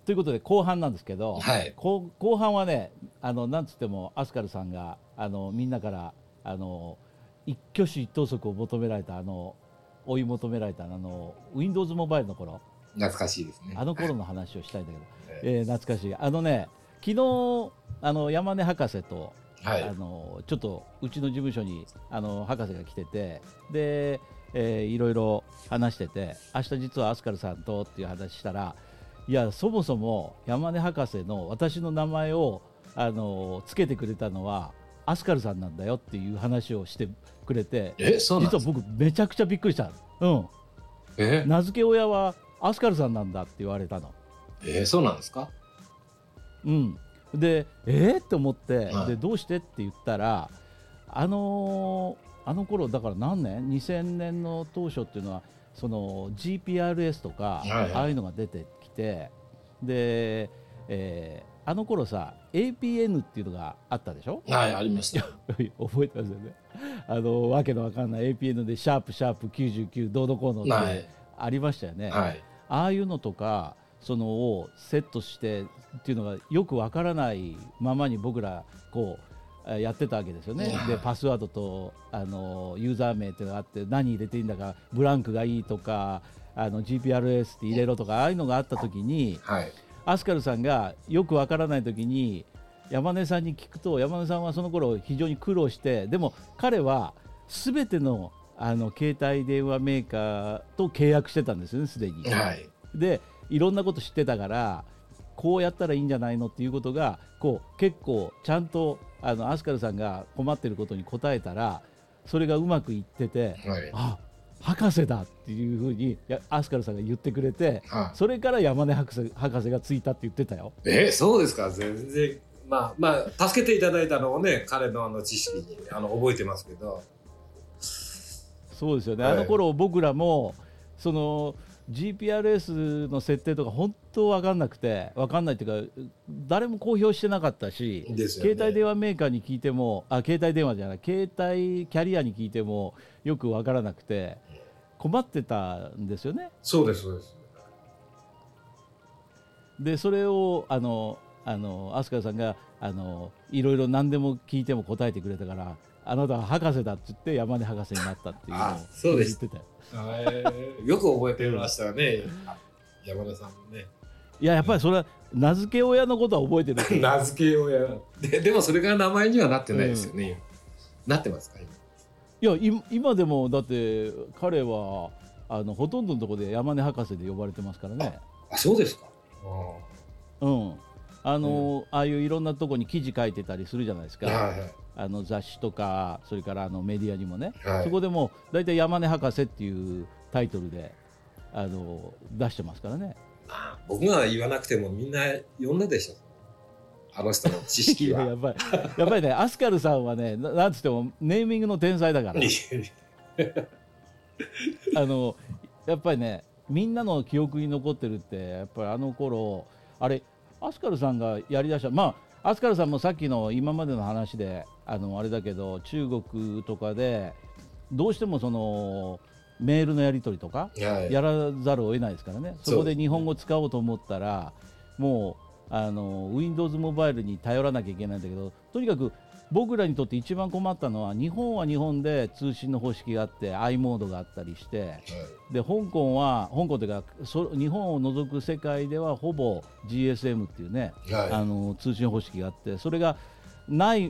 ということで後半なんですけど、 はい。 後半はね、なんつってもアスカルさんがみんなから一挙手一投足を求められた追い求められたWindows モバイルの頃、 懐かしいですね。 あの頃の話をしたいんだけど、 え懐かしい。昨日山根博士と、 はい。 ちょっとうちの事務所に博士が来てて、で、いろいろ話してて、明日実はアスカルさんとっていう話したら、いやそもそも山根博士の私の名前をつけてくれたのはアスカルさんなんだよっていう話をしてくれて、 そうなんですか。 実は僕めちゃくちゃびっくりした。名付け親はアスカルさんなんだって言われたの。 そうなんですか。 でって思って、 はい、 でどうしてって言ったらあの頃だから何年2000年の当初っていうのはその GPRS とか、 はいはい、 ああいうのが出てきて、で、あの頃さ APN っていうのがあったでしょ。 はい、ありました。 覚えてますよね。わけのわかんない APN でシャープ99どうのこうのってありましたよね。 はい、 ああいうのとかをセットしてっていうのがよくわからないままに僕らこうやってたわけですよね。でパスワードとユーザー名っていうのがあって、何入れていいんだかブランクがいいとかGPRS って入れろとか、ああいうのがあった時に、 はい、 アスカルさんがよくわからない時に山根さんに聞くと、山根さんはその頃非常に苦労して、でも彼は全ての携帯電話メーカーと契約してたんですよね、すでに。 はい、 でいろんなこと知ってたから、こうやったらいいんじゃないのっていうことが結構ちゃんとアスカルさんが困ってることに答えたら、それがうまくいってて、 はい、 あ、博士だっていうふうにアスカルさんが言ってくれて、それから山根博士がついたって言ってたよ。 そうですか。全然まあ助けていただいたのをね、彼の知識に覚えてますけど。 そうですよね、あの頃僕らもそのGPRS の設定とか本当分かんなくて、分かんないっていうか誰も公表してなかったし、 ね、 携帯電話メーカーに聞いても携帯電話じゃない携帯キャリアに聞いてもよく分からなくて困ってたんですよね。 そうですそうです。 でそれをアスカルさんがいろいろ何でも聞いても答えてくれたから、あなたは博士だって言って山根博士になったっていうのを言ってたよ。 よく覚えてましたね、山田さんもね。 いや、やっぱりそれは名付け親のことは覚えてる名付け親でもそれが名前にはなってないですよね、なってますか今。いや今でもだって彼はほとんどのところで山根博士で呼ばれてますからね。 そうですか。 ああいういろんなところに記事書いてたりするじゃないですか、 はいはい、 雑誌とかそれからメディアにもね、 はい、 そこでもだいたい山根博士っていうタイトルで出してますからね。 僕が言わなくてもみんな呼んだでしょ、あの人の知識は。 やっぱりね、アスカルさんはね、なんつってもネーミングの天才だからやっぱりね、みんなの記憶に残ってるって、やっぱりあの頃あれアスカルさんがやりだした、アスカルさんもさっきの今までの話であれだけど、中国とかでどうしてもそのメールのやり取りとかやらざるを得ないですからね、そこで日本語使おうと思ったらもうWindows モバイルに頼らなきゃいけないんだけど、とにかく僕らにとって一番困ったのは、日本は日本で通信の方式があって i モードがあったりして、で香港というか日本を除く世界ではほぼ GSM っていうね、通信方式があって、それがない違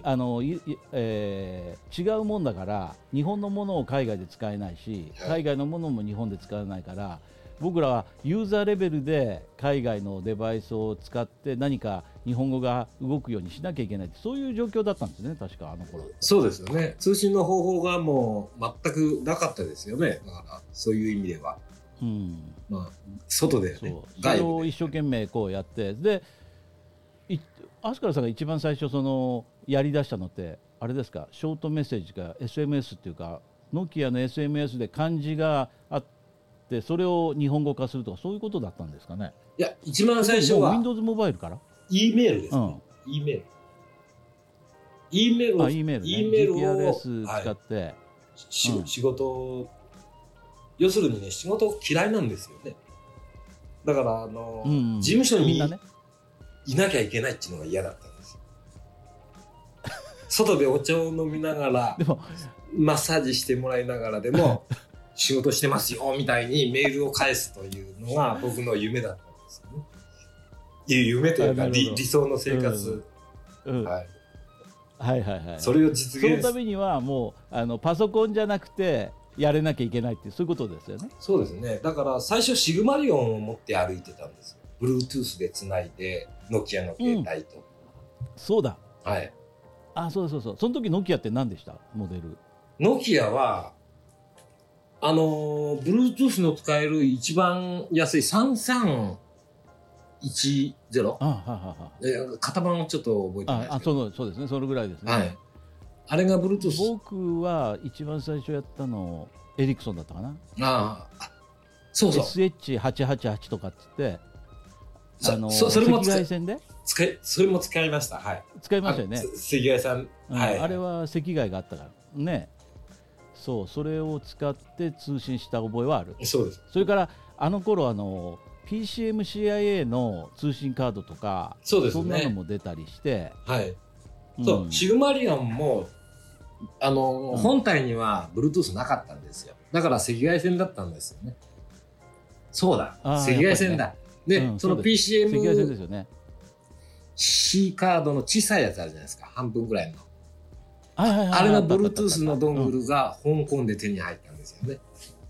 うもんだから、日本のものを海外で使えないし、海外のものも日本で使えないから、僕らはユーザーレベルで海外のデバイスを使って何か日本語が動くようにしなきゃいけない、そういう状況だったんですね、確かあの頃。 そうですよね。通信の方法がもう全くなかったですよね。だからそういう意味では、外で、ね、 それを一生懸命こうやって、でアスカルさんが一番最初やりだしたのってあれですか、ショートメッセージか SMS っていうか、ノキアの SMS で漢字があってそれを日本語化するとか、そういうことだったんですかね。 いや、一番最初は Windows モバイルから E メールですね、E メール E メールを GPRS 使って、 仕事、要するにね、仕事嫌いなんですよね。 だから事務所にみんなねいなきゃいけないっていうのが嫌だったんですよ。外でお茶を飲みながらでもマッサージしてもらいながらでも仕事してますよみたいにメールを返すというのが僕の夢だったんですよね。夢というか理想の生活、はい、はいはいはい、 それを実現、そのためにはもうパソコンじゃなくてやれなきゃいけないってそういうことですよね。 そうですね。だから最初シグマリオンを持って歩いてたんですよ。Bluetooth でつないでノキアの携帯と、 そうだ、 はい、 そうそうそう。その時ノキアって何でしたモデル？ ノキアはBluetooth の使える一番安い3310、型番をちょっと覚えてないですけど、 そうですね、それぐらいですね。 はい、あれが Bluetooth。 僕は一番最初やったのエリクソンだったかな。 そうそう。 SH888 とかって言って、 それも赤外線でそれも使いました。はい。 使いましたよね。 赤外線、はい。 あれは赤外があったからね。そう、それを使って通信した覚えはある。 そうです。 それからあの頃PCMCIA の通信カードとか、 そうですね、 そんなのも出たりして、 はい。そう、シグマリオンも本体には Bluetooth なかったんですよ。だから赤外線だったんですよね。そうだ、赤外線だ。で、その PCM 赤外線ですよね。 C カードの小さいやつあるじゃないですか、半分ぐらいの。 あれの Bluetooth のドングルが香港で手に入ったんですよね。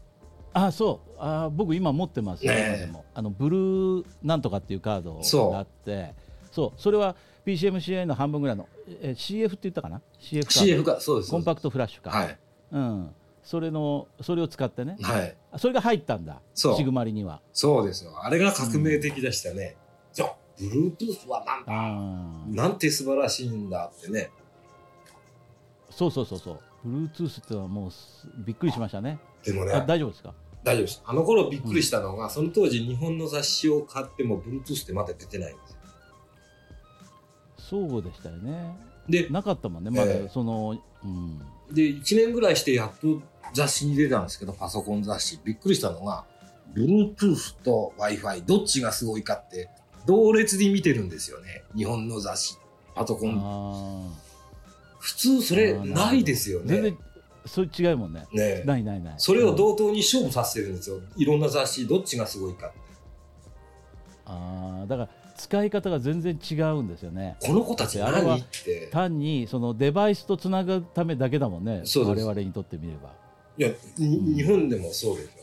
僕今持ってますよ、でもブルーなんとかっていうカードがあって、それは PCMCIA の半分ぐらいの、CF って言ったかな、 CF か、そうです、 コンパクトフラッシュか、 はい、 それを使ってね、 はい、 それが入ったんだ、シグマリには。 そうですよ、あれが革命的でしたね。Bluetooth はなんて素晴らしいんだってね。 そう Bluetooth ってのはもうびっくりしましたね。 でもね、 大丈夫ですか？ 大丈夫です。あの頃びっくりしたのが、その当時日本の雑誌を買っても Bluetooth ってまだ出てないんですよ。 そうでしたよね。 でなかったもんね、まだで1年ぐらいしてやっと雑誌に出たんですけど、パソコン雑誌。びっくりしたのが Bluetooth と Wi-Fi どっちがすごいかって同列に見てるんですよね、日本の雑誌、パソコン。普通それないですよね。 全然そう違うもんね。ない。 それを同等に勝負させてるんですよ、いろんな雑誌どっちがすごいかって。 だから使い方が全然違うんですよね。 この子たち何って、 単にそのデバイスとつなぐためだけだもんね、我々にとってみれば。 いや、日本でもそうですよ。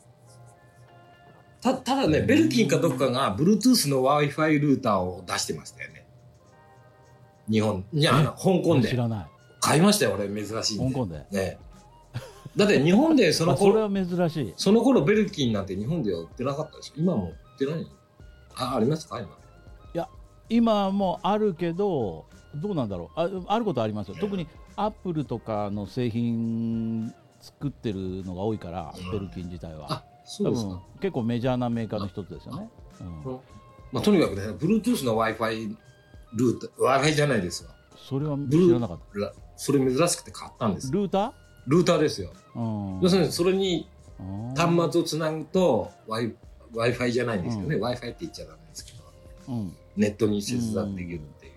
ただね、ベルキンかどっかが Bluetooth の Wi-Fi ルーターを出してましたよね、日本香港で。 知らない。 買いましたよ俺、珍しいんで。 香港でね。だって日本でその頃それは珍しい。 その頃ベルキンなんて日本では売ってなかったでしょ。今も売ってない？ありますか今？ いや、今もあるけどどうなんだろう。あることありますよ。特にアップルとかの製品作ってるのが多いから、ベルキン自体は。 そうですか。 結構メジャーなメーカーの一つですよね。 とにかくね、Bluetooth の Wi-Fi ルーター、Wi-Fi じゃないですわ。 それは知らなかった。 それ珍しくて買ったんです。 ルーターですよ。要するにそれに端末をつなぐと Wi-Fi じゃないんですよね。Wi-Fi って言っちゃダメですけど、ネットに接続できるっていう。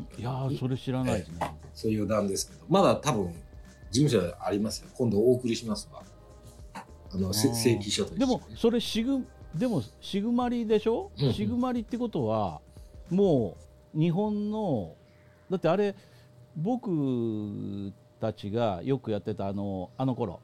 いやそれ知らないですね。 そういう段ですけど、まだ多分事務所でありますよ。今度お送りしますわ。正規書と一緒に。 でもそれシグマリでしょ。シグマリってことはもう日本のだってあれ僕たちがよくやってたあの頃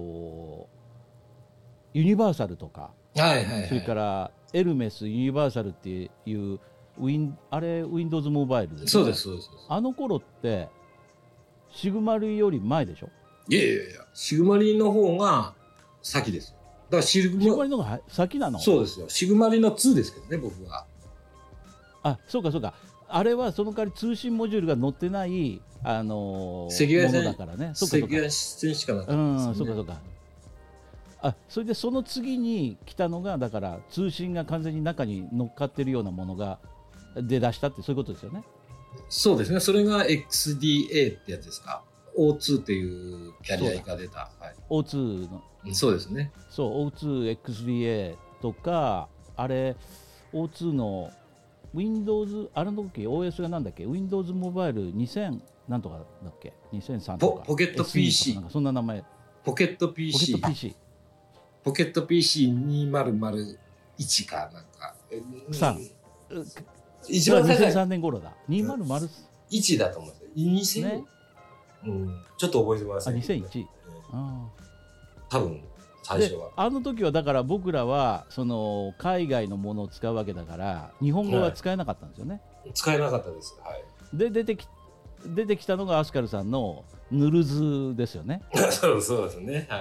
ユニバーサルとか、それからエルメスユニバーサルっていうあれ Windows モバイルです、ね、 そうですあの頃ってシグマリより前でしょ。 いやシグマリの方が先です。だからシグマリの方が先なの。 そうですよ。シグマリの2ですけどね、僕は。 そうか。あれはその代わり通信モジュールが載ってない赤外線だからね。 赤外線しかなかったですよね。 そうか。それでその次に来たのがだから通信が完全に中に乗っかってるようなものが出だしたってそういうことですよね。 そうですね。それが XDA ってやつですか。O2 っていうキャリアが出た。 O2 のそうですね。 そう O2XDA とか、あれ O2 の Windows あれの時 OS がなんだっけ、 Windows モバイル2000なんとかだっけ、2003とかポケット PC なんかそんな名前、 ポケット PC ポケット PC2001 かなんか 3 一番最初 2003年頃だ、2001 1だと思うんですよ。2000、 ね、 ちょっと覚えてません。 2001、 多分最初はあの時はだから僕らはその海外のものを使うわけだから日本語が使えなかったんですよね、 使えなかったです。はい。 で出てきたのがアスカルさんのヌルズですよね。 そうですね。はい。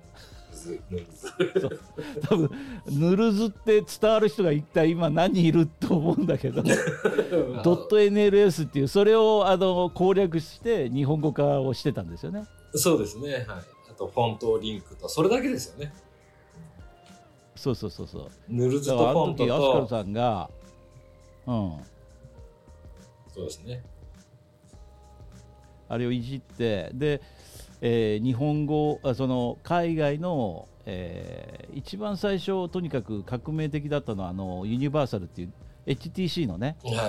多分ヌルズって伝わる人が一体今何人いると思うんだけどドット NLS っていうそれを攻略して日本語化をしてたんですよね。 そうですね。はい。あとフォントリンクとそれだけですよね。 そうヌルズとフォントとあの時アスカルさんがそうですね。 あれをいじってで、日本語その海外の、一番最初とにかく革命的だったのはユニバーサルっていう HTC のね、 はい、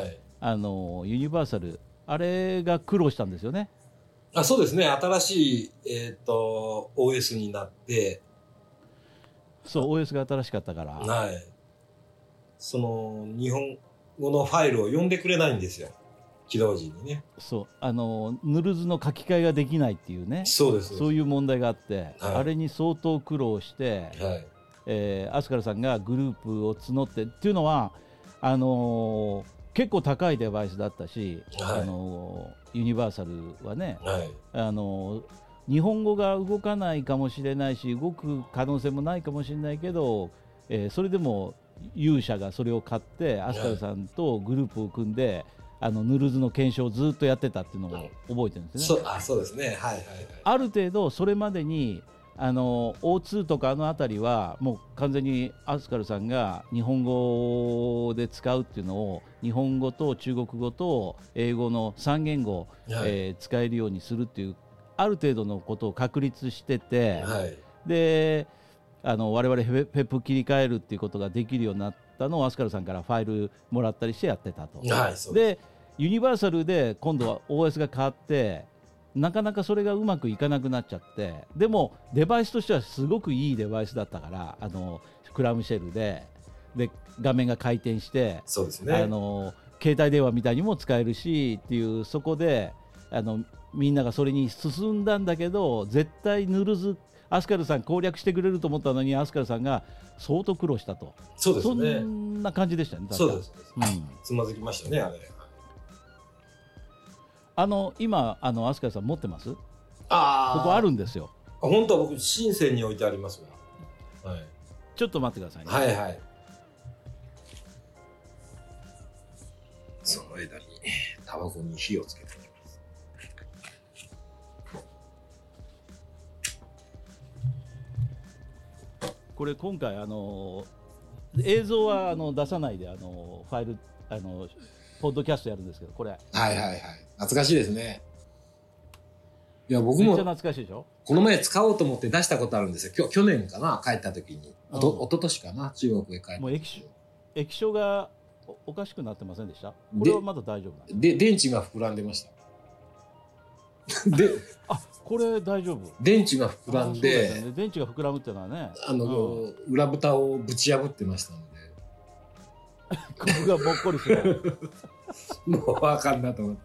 ユニバーサルあれが苦労したんですよね。 そうですね。新しい、OS になってそう OS が新しかったから、 はい、その日本語のファイルを読んでくれないんですよ、起動時にね。 そうヌルズの書き換えができないっていうね、 そういう問題があって、 はい、 あれに相当苦労して、はいアスカルさんがグループを募っていうのは結構高いデバイスだったし、はい、ユニバーサルはね、はい、日本語が動かないかもしれないし動く可能性もないかもしれないけど、それでも勇者がそれを買ってアスカルさんとグループを組んで、はい、ヌルズの検証をずっとやってたっていうのを覚えてるんですね。 そうですね、はいはいはい、 ある程度それまでにO2 とか辺りはもう完全にアスカルさんが日本語で使うっていうのを日本語と中国語と英語の3言語、はい使えるようにするっていうある程度のことを確立してて、はい、で我々フェプ切り替えるっていうことができるようになったのをアスカルさんからファイルもらったりしてやってたと、はい、でユニバーサルで今度は OS が変わってなかなかそれがうまくいかなくなっちゃって、でもデバイスとしてはすごくいいデバイスだったからクラムシェルで画面が回転して、 そうですね、 携帯電話みたいにも使えるしっていう、そこでみんながそれに進んだんだけど絶対ヌルズアスカルさん攻略してくれると思ったのにアスカルさんが相当苦労したと。 そうですね、 そんな感じでしたね。 そうです、つまずきましたねあれ。 今アスカルさん持ってます？ここあるんですよ。 本当は僕深センに置いてありますが、はい、 ちょっと待ってくださいね。 はいはい。その間にタバコに火をつけておきます。これ今回映像は出さないでファイルポッドキャストやるんですけど、これはいはいはい、懐かしいですね。いや僕もめっちゃ懐かしいでしょ。 この前使おうと思って出したことあるんですよ。去年かな、帰った時に、一昨年かな、中国へ帰って。 もう液晶がおかしくなってませんでした？これはまだ大丈夫なんで電池が膨らんでましたでこれ大丈夫。 電池が膨らんで、 ね、電池が膨らむっていうのはね、 裏蓋をぶち破ってましたのでここがもっこりしてるもう分かんなと思って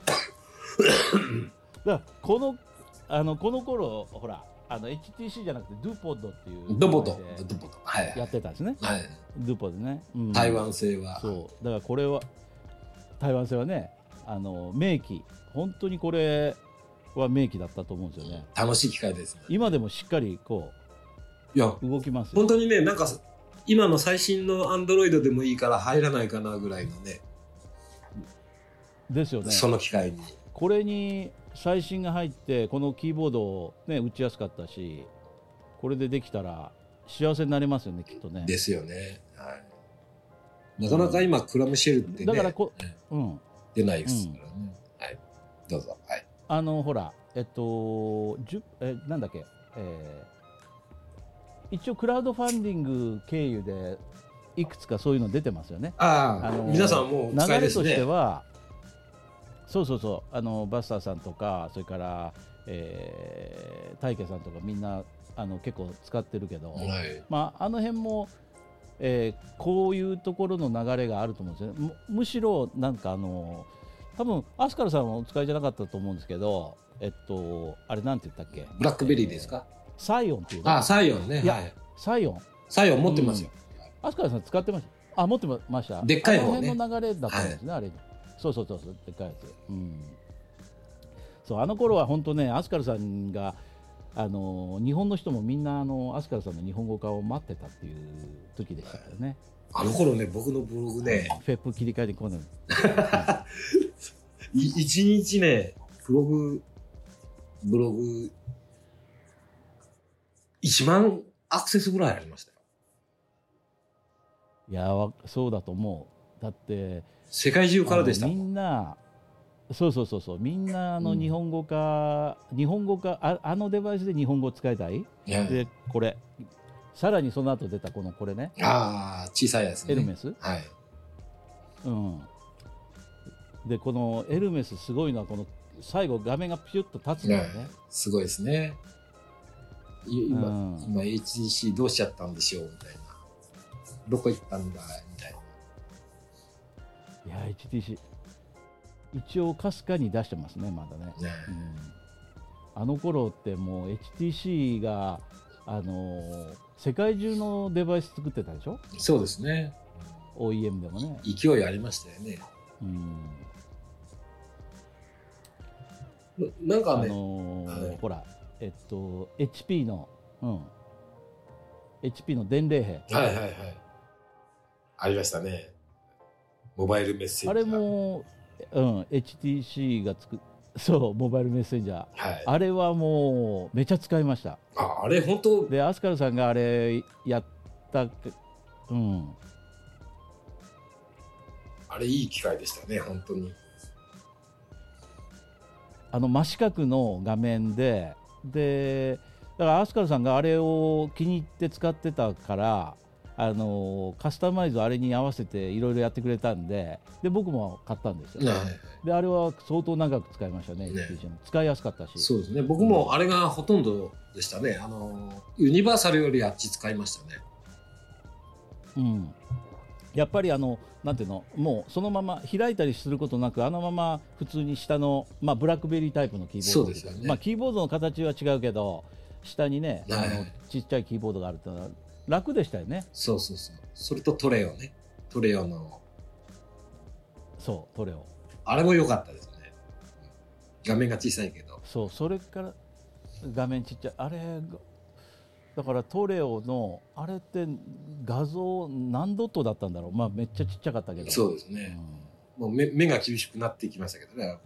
だこの頃ほらHTC じゃなくてドゥポッドっていうドポドやってたんですね、 はい、 ドゥポドね、 台湾製はそうだからこれは台湾製はね名機、本当にこれは名機だったと思うんですよね。 楽しい機械ですね。 今でもしっかりこう動きますよ。 本当にね、なんか今の最新のアンドロイドでもいいから入らないかなぐらいのねですよね。 その機械にこれに最新が入ってこのキーボードを、ね、打ちやすかったし、これでできたら幸せになれますよね、きっとね。 ですよね、はい、なかなか今クラムシェルってね、 だから出ないですからね、はい、どうぞ。はい、 ほらなんだっけ、 一応クラウドファンディング経由でいくつかそういうの出てますよね。 皆さんもうお使いですね。 流れとしてはそうバスターさんとかそれから、大家さんとかみんな結構使ってるけど、 はい、 あの辺も、こういうところの流れがあると思うんですよね。むしろなんか多分アスカルさんはお使いじゃなかったと思うんですけど、あれなんて言ったっけ、 ブラックベリーですか、 サイオンっていうの。 サイオンね。 いや、はい、サイオン持ってますよ。 アスカルさん使ってました。持ってました。 でっかい方ね。 あの辺の流れだったんですね、はい、あれ。そうでっかいやつ。そう、あの頃は本当ね、アスカルさんが日本の人もみんなアスカルさんの日本語化を待ってたっていう時でしたからね。 あの頃ね、僕のブログね、 フェップ切り替えてこうなる。 一日ね、ブログ1万アクセスぐらいありましたよ。 いや、そうだと思う。だって世界中からでしたもん。 みんなみんな日本語化、あのデバイスで日本語使いたい、でこれさらにその後出たこれね、 小さいやつね、 エルメス、 はい、 でこのエルメスすごいのはこの最後画面がピュッと立つのよね、すごいですね。今 HTC どうしちゃったんでしょうみたいな、どこ行ったんだみたいな。 いや HTC一応かすかに出してますね、まだね。あの頃ってもう HTC が世界中のデバイス作ってたでしょ。 そうですね。 OEM でもね、 勢いありましたよね。なんかね、 ほらHP の、HP の伝令兵、 ありましたね。モバイルメッセージ、 あれもHTC がモバイルメッセンジャー、あれはもうめちゃ使いました。 あれ本当でアスカルさんがあれやった、 あれいい機会でしたね、本当に。 真四角の画面でだからアスカルさんがあれを気に入って使ってたからカスタマイズあれに合わせていろいろやってくれたんで、僕も買ったんですよ、であれは相当長く使いましたね、使いやすかったし。 そうですね、僕もあれがほとんどでしたね。ユニバーサルよりあっち使いましたね。 やっぱりなんていうの、もうそのまま開いたりすることなく、まま普通に下の、ブラックベリータイプのキーボード、 そうですよね。 キーボードの形は違うけど下にね、ちっちゃいキーボードがあるってのは楽でしたよね。 そうそれとトレオのトレオ、 あれも良かったですね。画面が小さいけど。 それから画面ちっちゃい、あれだからトレオのあれって画像何ドットだったんだろう。めっちゃちっちゃかったけど。 そうですね、もう目が厳しくなってきましたけどね。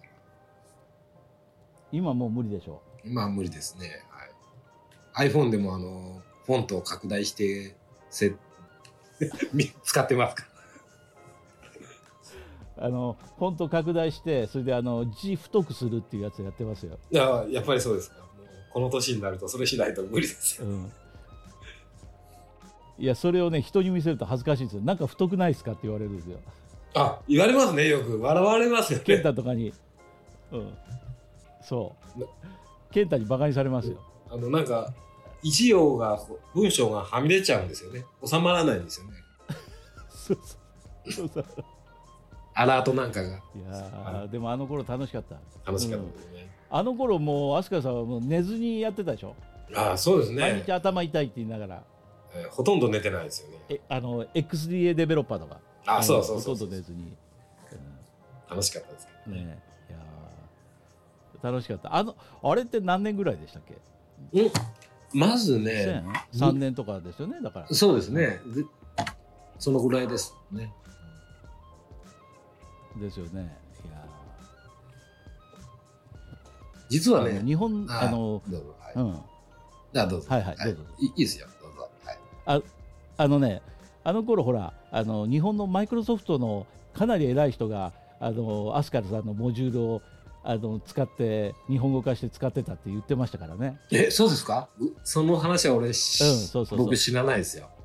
今もう無理でしょう。今は無理ですね、iPhone でもフォントを拡大して使ってますかフォント拡大してそれで字太くするっていうやつやってますよ。 やっぱりそうですか。この年になるとそれしないと無理ですよ。 いやそれをね人に見せると恥ずかしいですよ。なんか太くないですかって言われるんですよ。 言われますね、よく笑われますよね。 ケンタとかに、ケンタにバカにされますよ。 なんか一行が文章がはみ出ちゃうんですよね。収まらないんですよね。そうアラートなんかが。いやでもあの頃楽しかった。 楽しかったですね。 あの頃もう飛鳥さんはもう寝ずにやってたでしょ。 そうですね。 毎日頭痛いって言いながら、 ほとんど寝てないですよね。 XDA デベロッパーとかそうほとんど寝ずに、 楽しかったですけどね。 いや楽しかった。あれって何年ぐらいでしたっけ。 まずね 3年とかですよね。だからそうですね、そのぐらいですね。 ですよね。いや実はね、 日本どうぞ。どうぞ。どうぞ。いいですよ。どうぞ。 あの頃ほら日本のマイクロソフトのかなり偉い人がアスカルさんのモジュールを使って日本語化して使ってたって言ってましたからね。 そうですか？その話はそう僕知らないですよ。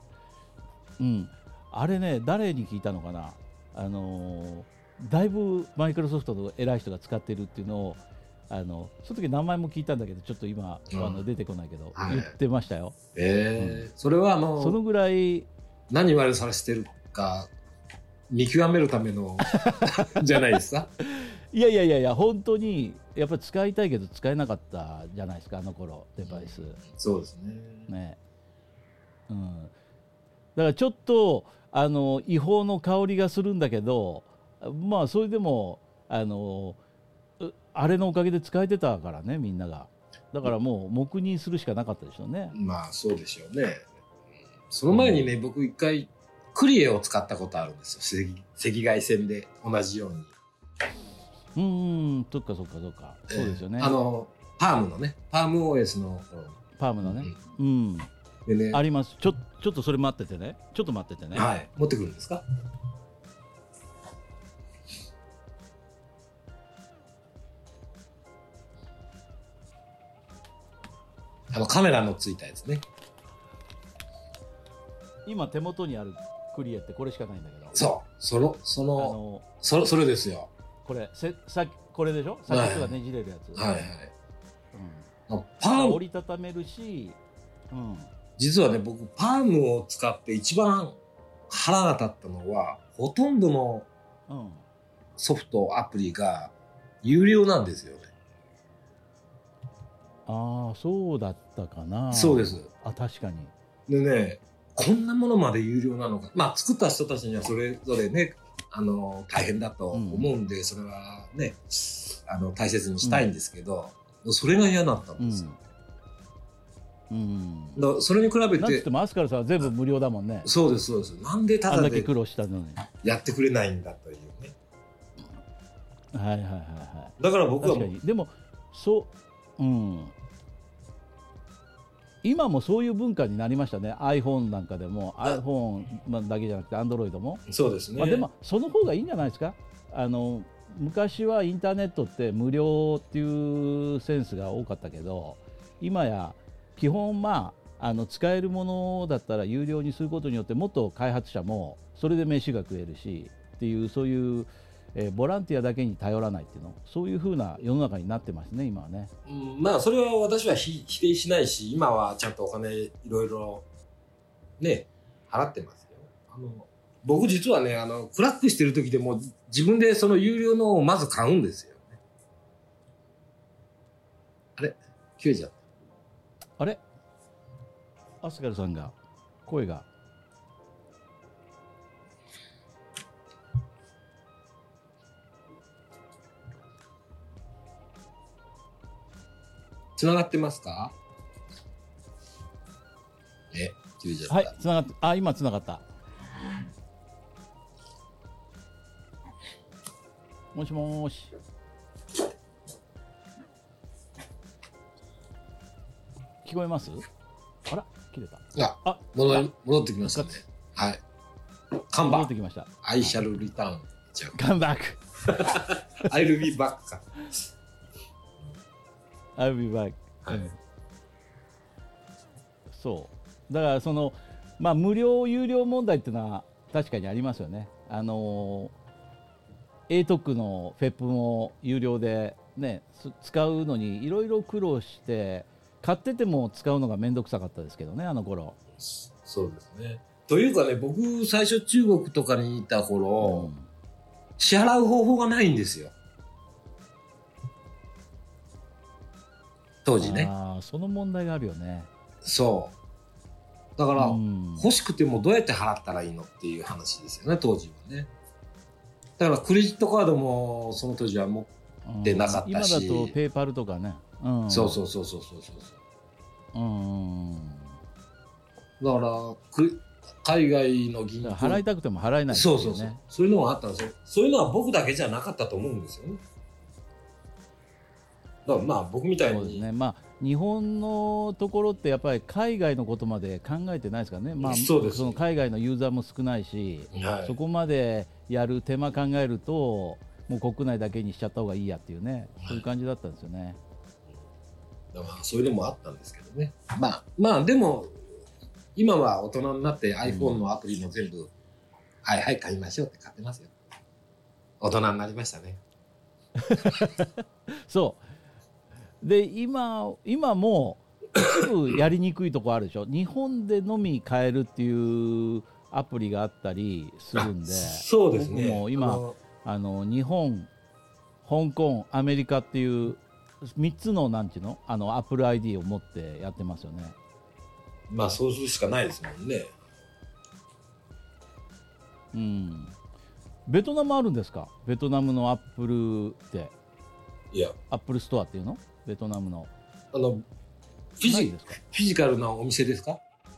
あれね、誰に聞いたのかな、だいぶマイクロソフトの偉い人が使ってるっていうのをその時名前も聞いたんだけど、ちょっと今、出てこないけど、言ってましたよ。 それはそのぐらい何悪させてるか見極めるためのじゃないですか。 いや本当にやっぱり使いたいけど使えなかったじゃないですか、あの頃デバイス。 そうですね。 だからちょっと違法の香りがするんだけど、まあそれでもあれのおかげで使えてたからね、みんなが。だからもう黙認するしかなかったでしょうね。 まあそうでしょうね。その前にね、僕一回クリエを使ったことあるんですよ、赤外線で同じように。 そっか。そうですよね。 パームのね、パーム OS のパームのね、 でね、 あります。ちょっとそれ待っててね。 はい、持ってくるんですか？カメラのついたやつね。 今手元にあるクリエってこれしかないんだけど。 それですよ。 これこれでしょ？先っちょがねじれるやつ。 パーム折りたためるし、 実はね、僕パームを使って一番腹が立ったのは、ほとんどのソフトアプリが有料なんですよね。 そうだったかな。 そうです。 確かに。 でね、こんなものまで有料なのか。まあ作った人たちにはそれぞれね、大変だと思うんで、それはね、大切にしたいんですけど、それが嫌だったんですよ。だそれに比べて、 なんつってもアスカルさんは全部無料だもんね。 そうです。なんでただで苦労したのにやってくれないんだというね。 はいだから僕は確かに。でも今もそういう文化になりましたね。 iPhone なんかでも iPhone だけじゃなくて Android もそうですね。 でもその方がいいんじゃないですか。昔はインターネットって無料っていうセンスが多かったけど、今や基本使えるものだったら有料にすることによってもっと開発者もそれで飯が食えるしっていう、そういうボランティアだけに頼らないっていうの、そういう風な世の中になってますね、今はね。 まあそれは私は否定しないし、今はちゃんとお金いろいろね払ってますよ。僕実はね、クラックしてる時でも自分でその有料のをまず買うんですよね。あれ切れちゃった。 あれアスカルさんが声がつながってますか？切れちゃった。 はい、つながって、今つながった。もしもーし。聞こえます？あら、切れた。 戻ってきましたね。はい。カンバ戻ってきました。 I shall return。 カンバック。 I'll be back か。 I'll be back。そう。だから無料有料問題っていうのは確かにありますよね。ATOC の FEP も有料でね、使うのにいろいろ苦労して買ってても使うのがめんどくさかったですけどね、あの頃。 そうですね。というかね、僕最初中国とかにいた頃、支払う方法がないんですよ。当時ね。 その問題があるよね。 そうだから、欲しくてもどうやって払ったらいいのっていう話ですよね、当時はね。だからクレジットカードもその当時は持ってなかったし、 今だとペイパルとかね。 そうだから海外の銀行払いたくても払えないっていうね。 そういうのがあったんですよ。そういうのは僕だけじゃなかったと思うんですよね。だから僕みたいに、 そうですね。日本のところってやっぱり海外のことまで考えてないですからね。 そうです。 その海外のユーザーも少ないし、そこまでやる手間考えるともう国内だけにしちゃった方がいいやっていうね、そういう感じだったんですよね。 だからそういうのもあったんですけどね。まあでも今は大人になって iPhone のアプリも全部、はいはい買いましょうって買ってますよ。大人になりましたね。 そうで今も一部やりにくいとこあるでしょ。日本でのみ買えるっていうアプリがあったりするんで、 そうですね。 僕も今日本、香港、アメリカっていう3つのなんていうのApple ID を持ってやってますよね。 まあそうするしかないですもんね。 うん。ベトナムあるんですか？ベトナムのアップルって。 いや、 アップルストアっていうの？ベトナムの。 フィジカルなお店ですか？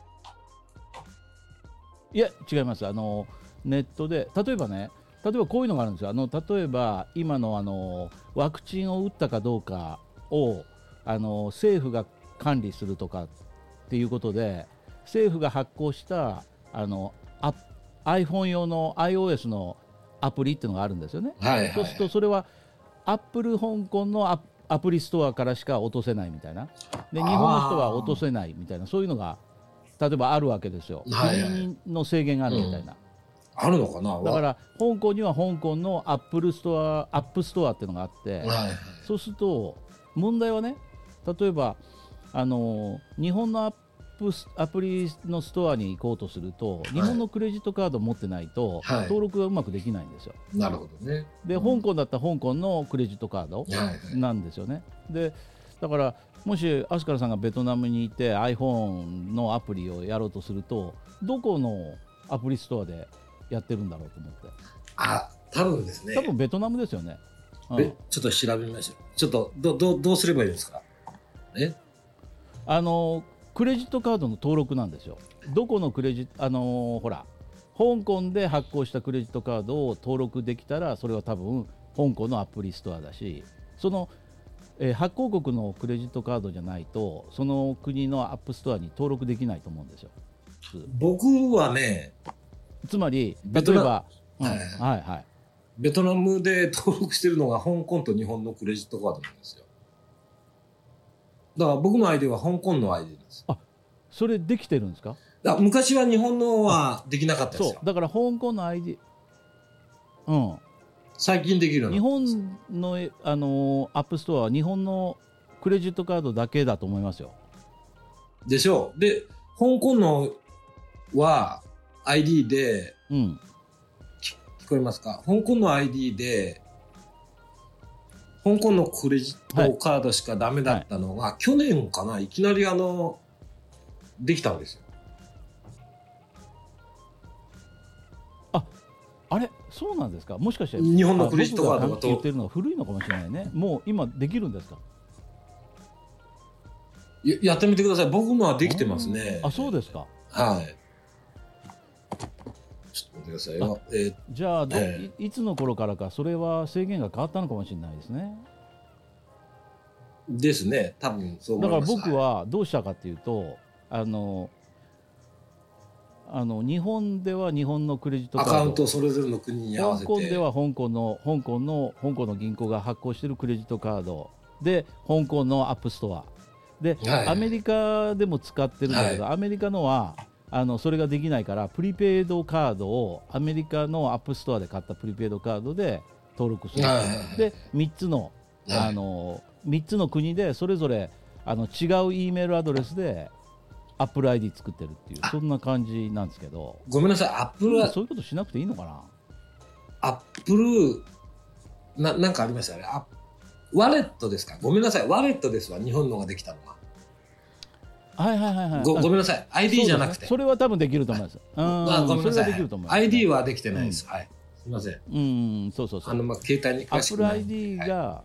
いや違います。ネットで例えばこういうのがあるんですよ。例えば今のワクチンを打ったかどうかを政府が管理するとかっていうことで、政府が発行したiPhone 用の iOS のアプリっていうのがあるんですよね。 はいはいはい、 そうするとそれはアップル香港のアプリストアからしか落とせないみたいな。で日本の人は落とせないみたいな、そういうのが例えばあるわけですよ。 はいはい、 国の制限があるみたいな、 あるのかな。 だから香港には香港のアップストアっていうのがあって、 はいはい、 そうすると問題はね、例えば日本のアプリのストアに行こうとすると、日本のクレジットカードを持ってないと登録がうまくできないんですよ。 なるほどね。 で香港だったら香港のクレジットカードなんですよね。でだからもしアスカルさんがベトナムにいて iPhone のアプリをやろうとすると、どこのアプリストアでやってるんだろうと思って。 多分ですね。 多分ベトナムですよね。 ちょっと調べましょう。ちょっとどうすればいいですか？ クレジットカードの登録なんですよ。どこのクレジットほら香港で発行したクレジットカードを登録できたら、それは多分香港のアプリストアだし、その発行国のクレジットカードじゃないとその国のアップストアに登録できないと思うんですよ。 僕はね、 つまり例えば、 ベトナムで登録してるのが香港と日本のクレジットカードなんですよ。だから僕の ID は香港の ID です。 それできてるんですか？ 昔は日本のはできなかったですよ。 そうだから香港の ID、 最近できるように日なったんです。 本のアップストアは日本のクレジットカードだけだと思いますよ。 でしょう。で香港のは ID で、聞こえますか？香港の ID で香港のクレジットカードしかダメだったのが、去年かな、いきなりできたんですよ。 あれそうなんですか？もしかして日本のクレジットカードが言ってるのは古いのかもしれないね。もう今できるんですか？ やってみてください。僕のはできてますね。 そうですか。 はい。ちょっと待ってくださいよ。 じゃあいつの頃からかそれは制限が変わったのかもしれないですね。 ですね。多分そう思います。 だから僕はどうしたかっていうと、日本では日本のクレジットカード、 アカウントそれぞれの国に合わせて、 香港では香港の銀行が発行しているクレジットカードで、香港のアップストアで、アメリカでも使ってるんだけど、アメリカのはそれができないから、プリペイドカードをアメリカのアップストアで買ったプリペイドカードで登録する、で3つの3つの国でそれぞれ違う E メールアドレスでアップル ID 作ってるっていう、そんな感じなんですけど。 ごめんなさい、アップルはそういうことしなくていいのかな。 アップルなんかありましたね。ワレットですか？ごめんなさい、ワレットですわ、日本のができたのは。ごめんなさい、 ID じゃなくてそれは多分できると思います。 ごめんなさい、ID はできてないです。はい、すみません。 そう携帯に詳しくない。 アップル ID が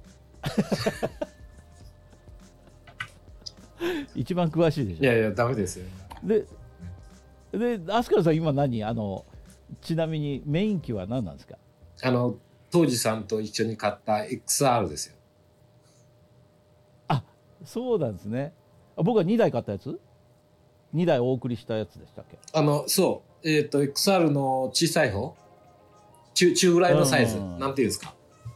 一番詳しいでしょ。 いやダメですよ。 でアスカルさん今何ちなみにメイン機は何なんですか？ 当時さんと一緒に買った XR ですよ。 そうなんですね。僕は2台買ったやつ、2台お送りしたやつでしたっけ？ そう、XR の小さい方、 中ぐらいのサイズ、 うんなんていうんですか。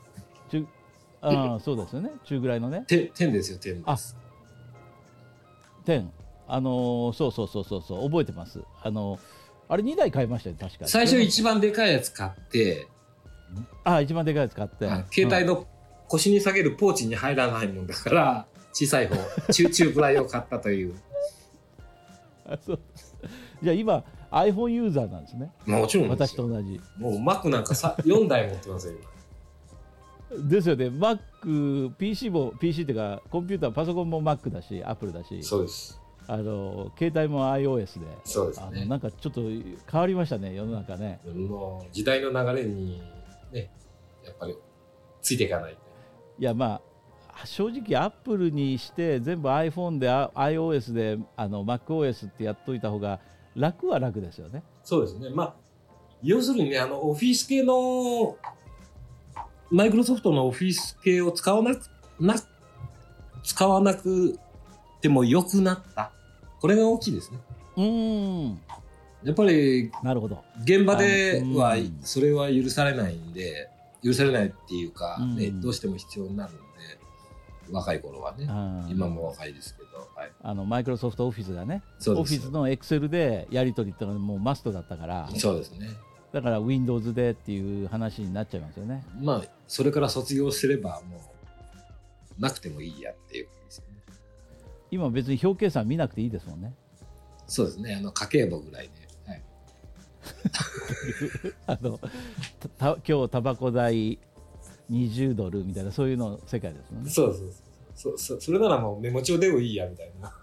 そうですよね。中ぐらいのね。 10ですよ、10です。 10。そう覚えてます。あれ2台買いましたよ確か。 最初一番でかいやつ買って、 一番でかいやつ買って、 携帯の腰に下げるポーチに入らないもんだから、小さい方、中くらいを買ったという。 そう。じゃあ今 iPhone ユーザーなんですね。 もちろんです私と同じ。 もう Mac なんか4台持ってますよ今。ですよね。Mac、PC も PC っていうかコンピューター、パソコンも Mac だし、Apple だし。 そうです。 携帯も iOS で。 そうですね。 なんかちょっと変わりましたね、世の中ね。 もう時代の流れにね、やっぱりついていかない。 いやまあ正直 Apple にして全部 iPhone で iOS でMacOS ってやっといた方が楽は楽ですよね。 そうですね。まあ要するにね、オフィス系のマイクロソフトのオフィス系を使わなくても良くなった。これが大きいですね。やっぱりなるほど。 現場ではそれは許されないんで、許されないっていうか、ね、どうしても必要になるんで、若い頃はね、今も若いですけど、 はい、マイクロソフトオフィスがね、 オフィスのエクセルでやり取りってのはもうマストだったから、 そうですね。 だから Windows でっていう話になっちゃいますよね。 まあそれから卒業すればもうなくてもいいやっていう感じですよね。 今別に表計算見なくていいですもんね。 そうですね。家計簿ぐらいで、 今日タバコ代20ドルみたいなそういうの世界ですもんね。 それならもうメモ帳でもいいやみたいな。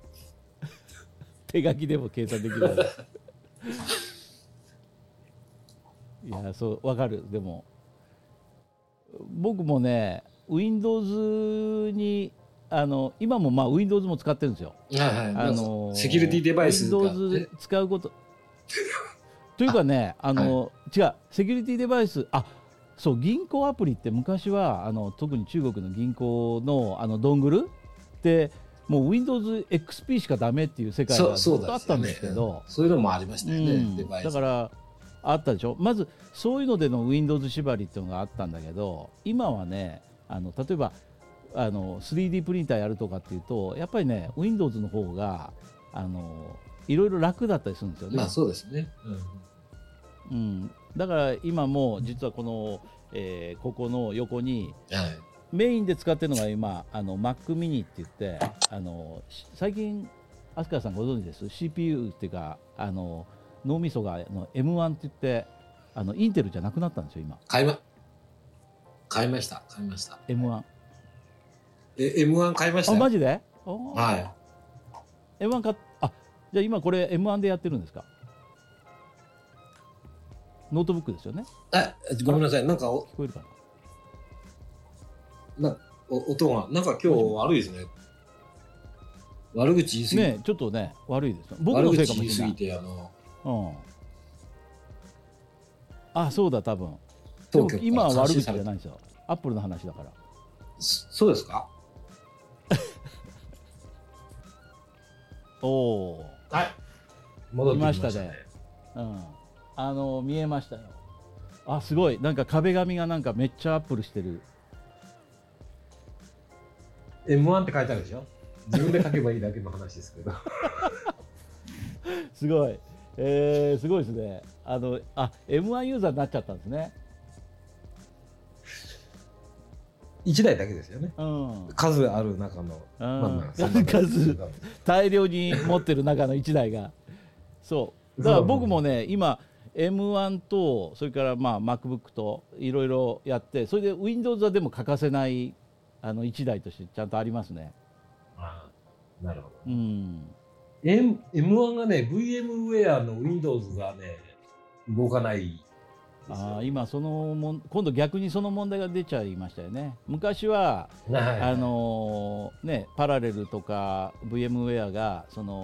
手書きでも計算できる。いやそう分かる。でも僕もね Windows に今もまあ Windows も使ってるんですよ。 セキュリティデバイスが Windows 使うことというかね違うセキュリティデバイスそう銀行アプリって昔は特に中国の銀行のドングルってもう Windows XP しかダメっていう世界がずっとあったんですけど、 そういうのもありましたよね、デバイス。 だからあったでしょ。まずそういうのでの Windows 縛りっていうのがあったんだけど、今はね例えば3D プリンターやるとかっていうとやっぱりね Windows の方がいろいろ楽だったりするんですよね。 まあそうですね。 だから今も実はこの、ここの横に、メインで使ってるのが今Mac mini って言って最近飛鳥さんご存知です？ CPU っていうか脳みそがM1 って言ってインテルじゃなくなったんですよ今。 買いました。 M1。 M1 買いましたよ。 マジで？ はい。 M1 じゃあ今これ M1 でやってるんですか？ノートブックですよね。 ごめんなさい。なんか聞こえるかな。音がなんか今日悪いですね。悪口言い過ぎね、ちょっとね悪いです。僕のせいかもしれない。悪口言いすぎてそうだ多分。でも今は悪口じゃないんですよ。アップルの話だから。 そうですか？はい。戻ってきましたね。 見えましたよ。すごい。なんか壁紙がなんかめっちゃアップルしてる。 M1 って書いてあるでしょ。自分で書けばいいだけの話ですけど。 すごい。すごいですね。M1 ユーザーになっちゃったんですね。 1台だけですよね。数ある中の、 大量に持ってる中の1台が。そうだから僕もね今 M1 とそれからMacBook といろいろやって、それで Windows はでも欠かせない1台としてちゃんとありますね。 なるほど。M1 がね VMware の Windows がね動かない今今度逆にその問題が出ちゃいましたよね。昔は、パラレルとか VMware が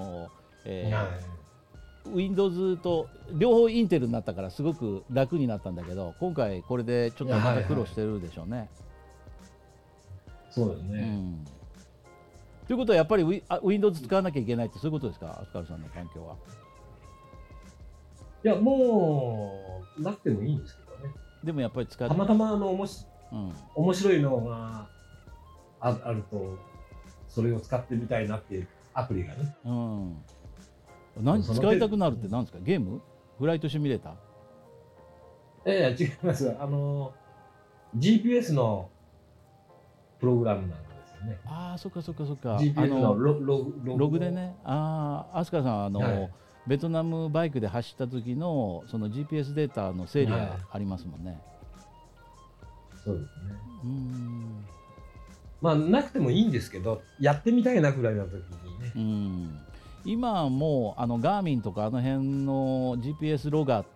Windows と両方インテルになったからすごく楽になったんだけど、今回これでちょっとまた苦労してるでしょうね。 そうですね。 ということはやっぱりWindows 使わなきゃいけないってそういうことですか、飛鳥さんの環境は。 いやもうなくてもいいんですけどね。 でもやっぱり使ってたまたま面白いのがあるとそれを使ってみたいなっていうアプリがね、 使いたくなるって何ですか？ゲーム？フライトシミュレーター？ 違います。GPS のプログラムなんですよね。 そっかそっかそっか。 GPS のログでね。飛鳥さんベトナムバイクで走った時のその GPS データの整理がありますもんね。 そうですね。まあなくてもいいんですけど、やってみたいなくらいの時にね。 今はもうガーミンとかあの辺の GPS ロガーって、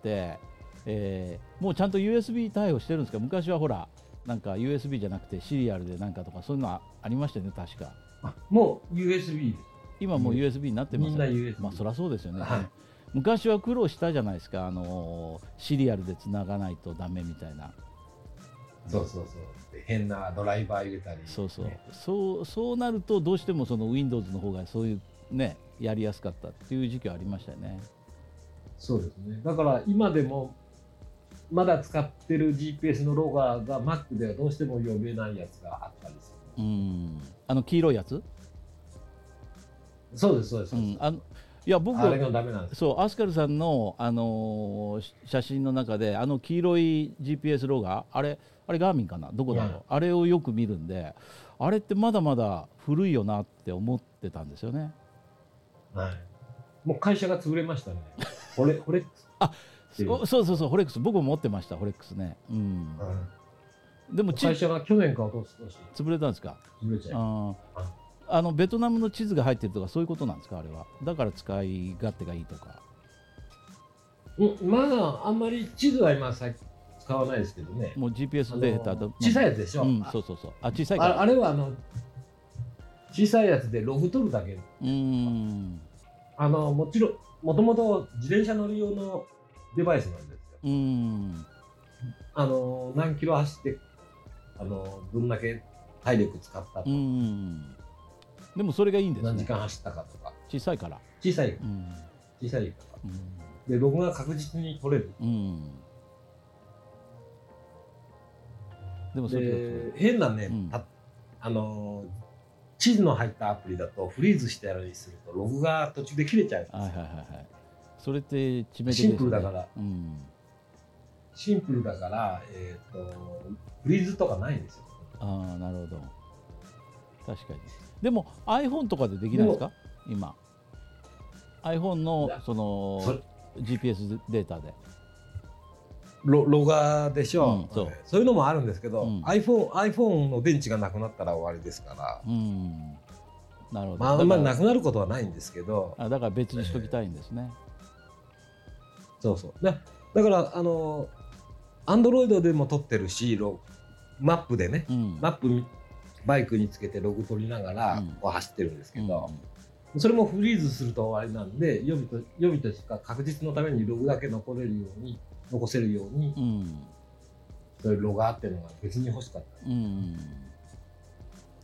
もうちゃんと USB 対応してるんですか？昔はほらなんか USB じゃなくてシリアルでなんかとかそういうのありましたよね、確か。 もう USB です。 今もう USB になってますよね。 みんな USB。 まあそりゃそうですよね。昔は苦労したじゃないですか、シリアルでつながないとダメみたいな。 そう変なドライバー入れたり、 そうなるとどうしてもその Windows の方がそういうねやりやすかったっていう時期はありましたよね。 そうですね。だから今でもまだ使ってる GPS のロガーが Mac ではどうしても読めないやつがあったりする。 黄色いやつ？ そうです。 いや僕あれがダメなんです。 そうアスカルさんの、写真の中で黄色い GPS ロガー、あれガーミンかな、どこだろう、あれをよく見るんで、あれってまだまだ古いよなって思ってたんですよね。 もう会社が潰れましたね。ホレックス。 そうホレックス、僕も持ってました、ホレックスね。でも会社が去年かおととし潰れたんですか？ 潰れちゃう。 ベトナムの地図が入ってるとかそういうことなんですか？あれはだから使い勝手がいいとか。 まああんまり地図は今使わないですけどね。 もう GPS データと小さいやつでしょ。 そう小さいから。 あれは小さいやつでログ取るだけ。もちろんもともと自転車乗り用のデバイスなんですよ。何キロ走ってどんだけ体力使ったとか。 でもそれがいいんですね。 何時間走ったかとか。 小さいから。 小さいから。でログが確実に取れる。 でもそれ変なね、地図の入ったアプリだとフリーズしてやるにするとログが途中で切れちゃうんですよ。 それって致命的ですね。 シンプルだから。フリーズとかないんですよ。 なるほど。確かに。でも iPhone とかでできないですか？今 iPhone のそのGPS データでロガーでしょ。そういうのもあるんですけど、iPhone の電池がなくなったら終わりですから。 なるほど。 あんまりなくなることはないんですけど、 だから別にしときたいんですね。 だからAndroid でも撮ってるし、マップでね、マップバイクにつけてログ取りながら走ってるんですけど、それもフリーズすると終わりなんで、予備としか確実のためにログだけ残せるように、そういうロガーっていうのが別に欲しかった。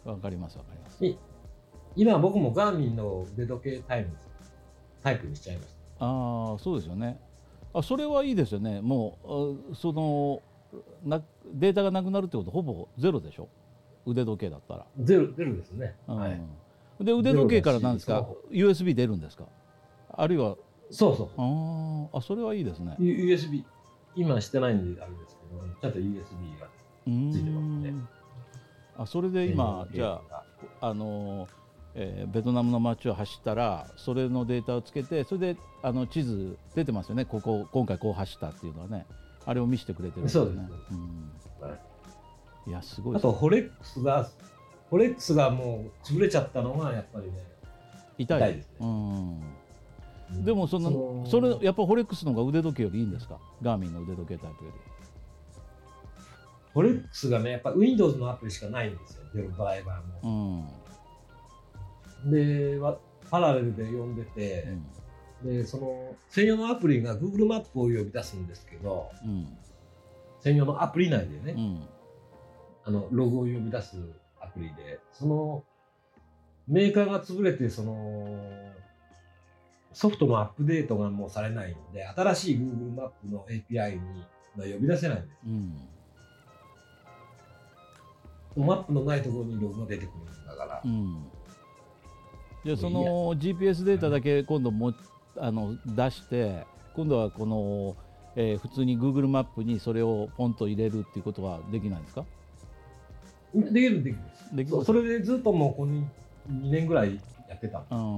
わかります。 今僕もガーミンの腕時計タイプにしちゃいました。 そうですよね。それはいいですよね。もうそのデータがなくなるってことほぼゼloでしょ。腕時計だったらゼロですね。 で腕時計からなんですか？ USB 出るんですか？あるいはそれはいいですね。 USB 今してないんであれですけど、ちゃんと USB がついてますね。 それで今じゃあベトナムの街を走ったらそれのデータをつけて、それで地図出てますよね。今回こう走ったっていうのはね、あれを見せてくれてるんですね。 そうです。 いやすごい。 あとホレックスがもう潰れちゃったのがやっぱりね痛いですね。 でもそれやっぱホレックスの方が腕時計よりいいんですか？ガーミンの腕時計タイプより。 ホレックスがねやっぱ Windows のアプリしかないんですよ、出るドライバーも。でパラレルで呼んでて、でその専用のアプリが Google マップを呼び出すんですけど、専用のアプリ内でね、ログを呼び出すアプリで、そのメーカーが潰れてそのソフトのアップデートがもうされないんで、新しい Google マップの API に呼び出せないんです。マップのないところにログが出てくるんだから。 じゃあその GPS データだけ今度出して今度はこの、普通に Google マップにそれをポンと入れるっていうことはできないんですか？ できるです。それでずっともうこの2年ぐらいやってた。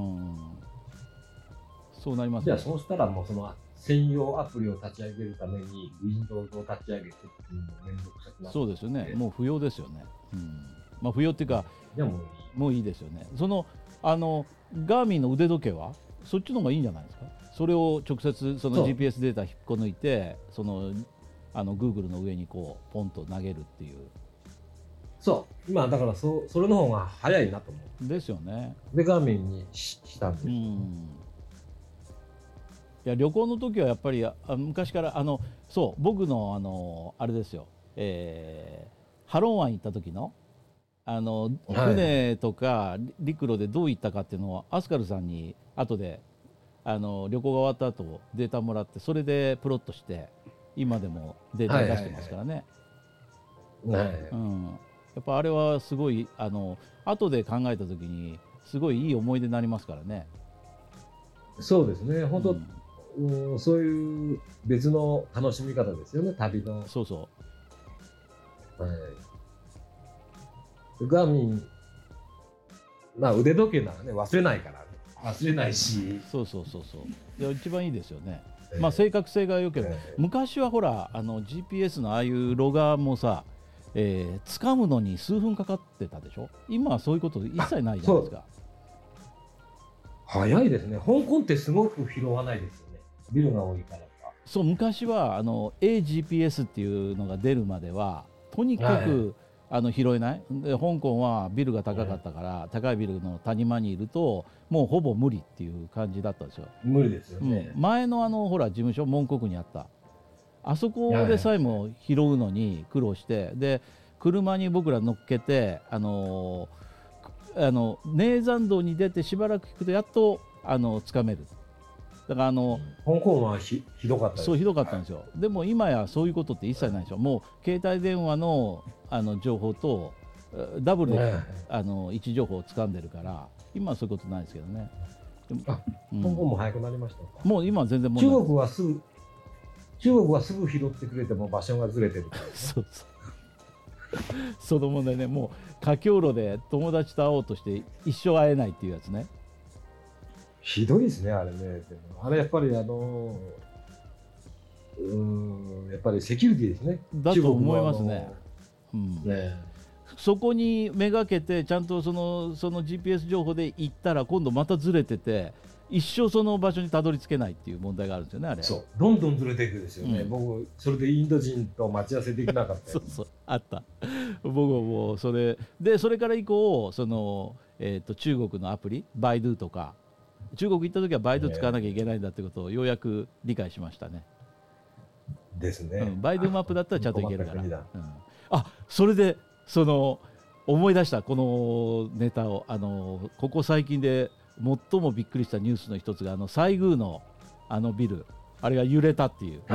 そうなりますね。 じゃあそうしたらもうその専用アプリを立ち上げるために Windows を立ち上げてっていうのも面倒くさくなって。 そうですよね。もう不要ですよね。まあ不要っていうか、もういいですよね。そのガーミンの腕時計はそっちの方がいいんじゃないですか？それを直接その GPS データ引っこ抜いてそのGoogle の上にこうポンと投げるっていう。 そう今だからそれの方が早いなと思う。 ですよね。 でガーミンにしたんです。 いや旅行の時はやっぱり昔からそう僕のあれですよ、ハロン湾行った時の船とか陸路でどう行ったかっていうのをアスカルさんに後で旅行が終わった後データもらってそれでプロットして今でもデータ出してますからね。やっぱあれはすごい後で考えた時にすごいいい思い出になりますからね。そうですね本当、そういう別の楽しみ方ですよね旅の。そうそう。ガーミン腕時計ならね忘れないから、ね、忘れないし。そういや一番いいですよね。正確性が良ければ、昔はほらGPS のああいうロガーもさ掴むのに数分かかってたでしょ。今はそういうこと一切ないじゃないですか。早いですね。香港ってすごく拾わないですよね。ビルが多いからか。そう昔はAGPS っていうのが出るまではとにかく、拾えないで香港はビルが高かったから、高いビルの谷間にいるともうほぼ無理っていう感じだったんですよ。無理ですよね。前のほら事務所門国にあったあそこでさえも拾うのに苦労してで車に僕ら乗っけてネ山道に出てしばらく行くとやっとつかめる。だから香港はひどかったです。そうひどかったんですよ。でも今やそういうことって一切ないでしょ。もう携帯電話の情報とダブルで位置情報を掴んでるから今はそういうことないですけどね。香港も早くなりましたか。もう今は全然中国はすぐ拾ってくれても場所がずれてるから、ね、そうその問題ね。もう華僑路で友達と会おうとして一生会えないっていうやつね。ひどいですねあれね。でもあれやっぱりやっぱりセキュリティですね。だと思いますね。そこにめがけてちゃんとその GPS 情報で行ったら今度またずれてて一生その場所にたどり着けないっていう問題があるんですよね。あれそうどんどんずれていくんですよね。僕それでインド人と待ち合わせできなかったそうあった僕はもうそれから以降中国のアプリバイドゥとか中国行った時はバイドゥ使わなきゃいけないんだってことをようやく理解しましたね。ですね。バイドゥマップだったらちゃんといけるから。それで思い出したこのネタをここ最近で最もびっくりしたニュースの一つが西宮のビルあれが揺れたっていう。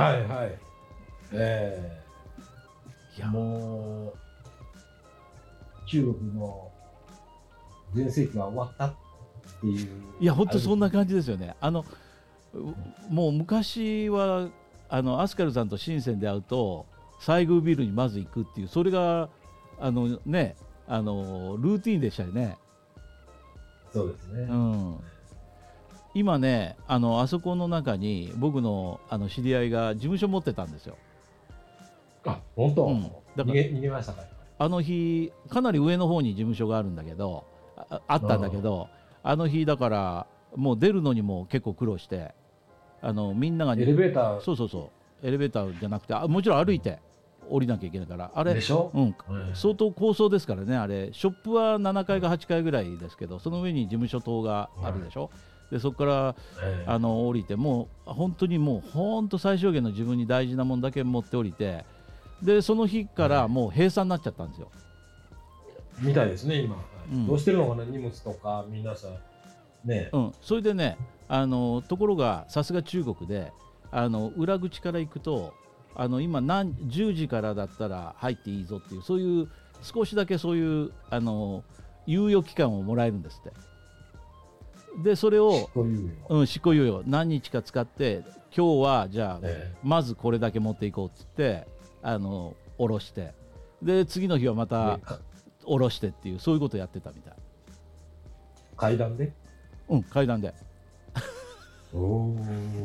いやもう中国の全盛期は終わったっていう。いや本当そんな感じですよね。もう昔はアスカルさんと深センで会うと西宮ビルにまず行くっていうそれがルーティーンでしたよね。そうですね。今ねあそこの中に僕の知り合いが事務所持ってたんですよ。本当。だから逃げましたか。あの日かなり上の方に事務所があるんだけどあったんだけどあの日だからもう出るのにも結構苦労してみんながエレベーターそうエレベーターじゃなくてもちろん歩いて降りなきゃいけないからあれでしょ、相当高層ですからね。あれショップは7階か8階ぐらいですけどその上に事務所棟があるでしょ、でそこから降りてもう本当に最小限の自分に大事なものだけ持って降りてでその日からもう閉鎖になっちゃったんですよ。みたいですね今、どうしてるのかな荷物とか皆さんね。それでねところがさすが中国で裏口から行くと今10時からだったら入っていいぞっていう、そういう少しだけそういう猶予期間をもらえるんですって。でそれを執行猶予何日か使って、今日はじゃあ、まずこれだけ持っていこうっつって下ろして、で次の日はまた下ろしてっていう、そういうことやってたみたい。 階段で？ 階段で。 お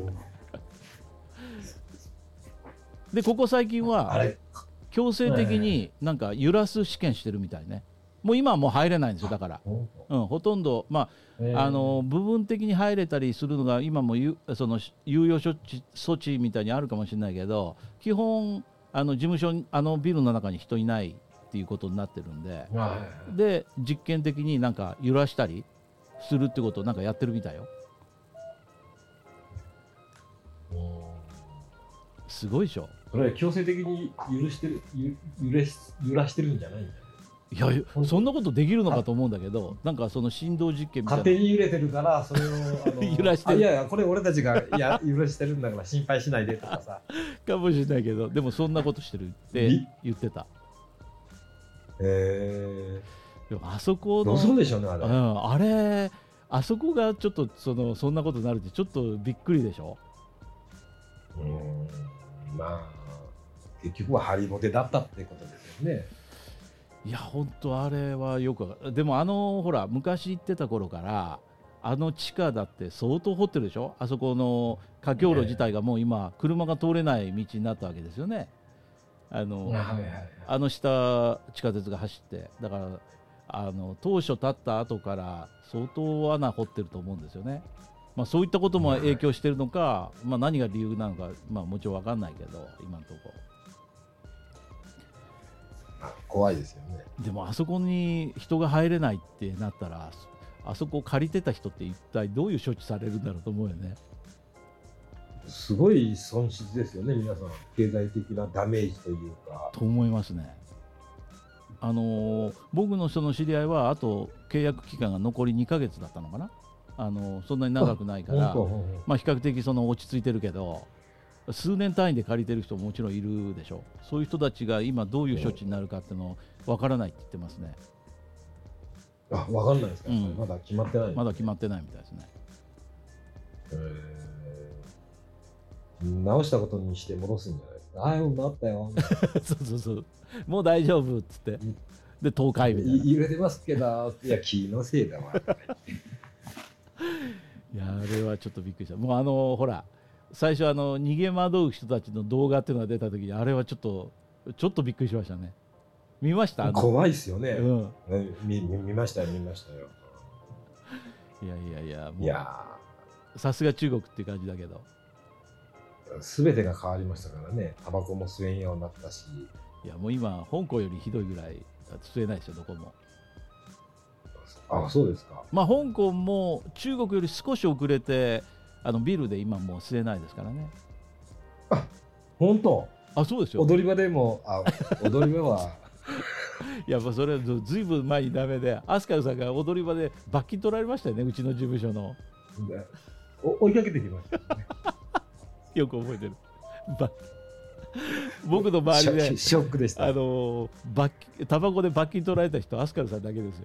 でここ最近は強制的になんか揺らす試験してるみたいね。もう今はもう入れないんですよ、だから、ほとんど、部分的に入れたりするのが今もその猶予措置みたいにあるかもしれないけど、基本事務所ビルの中に人いないっていうことになってるんで、で実験的になんか揺らしたりするってことをなんかやってるみたいよ。すごいでしょ。 それ強制的に揺らしてるんじゃないんだよ。 いやそんなことできるのかと思うんだけど、なんかその振動実験みたいな、 勝手に揺れてるからそれを揺らしてる。 いやいやこれ俺たちが揺らしてるんだから心配しないでとかさかもしれないけど、でもそんなことしてるって言ってた。 でもあそこのどうするでしょうね、 あれあそこがちょっとそんなことになるってちょっとびっくりでしょ。 まあ結局はハリボテだったってことですよね。 いや本当あれはよく、でもほら昔行ってた頃から地下だって相当掘ってるでしょ。あそこの架橋路自体がもう今車が通れない道になったわけですよね。下地下鉄が走って、だから当初建った後から相当穴掘ってると思うんですよね。そういったことも影響してるのか、何が理由なのか、もちろん分かんないけど今のところ。 怖いですよね。 でもあそこに人が入れないってなったら、あそこを借りてた人って一体どういう処置されるんだろうと思うよね。 すごい損失ですよね、皆さん。経済的なダメージというか。 と思いますね。僕のその知り合いはあと契約期間が残り2ヶ月だったのかな。そんなに長くないから、比較的落ち着いてるけど、数年単位で借りてる人ももちろんいるでしょ。そういう人たちが今どういう処置になるかっていうの分からないって言ってますね。 分かんないですか、まだ決まってない、 まだ決まってないみたいですね。直したことにして戻すんじゃないですか。ああ、よくなったよ。 そうもう大丈夫っつって、で倒壊みたいな。 揺れてますけど、いや気のせいだわ。 いやあれはちょっとびっくりした。もうほら最初逃げ惑う人たちの動画っていうのが出た時に、あれはちょっとびっくりしましたね。見ました？ 怖いですよね。見ましたよ。 いやさすが中国っていう感じだけど、 全てが変わりましたからね。タバコも吸えんようになったし。 いやもう今香港よりひどいぐらい吸えないですよ、どこも。 あ、そうですか。 香港も中国より少し遅れてビルで今もう吸えないですからね。 あ、本当？ そうですよ。 踊り場でも踊り場はいやそれはずいぶん前にダメで、アスカルさんが踊り場で罰金取られましたよね、うちの事務所の。 追いかけてきましたね。 よく覚えてる。僕の周りでショックでした。 タバコで罰金取られた人、アスカルさんだけですよ。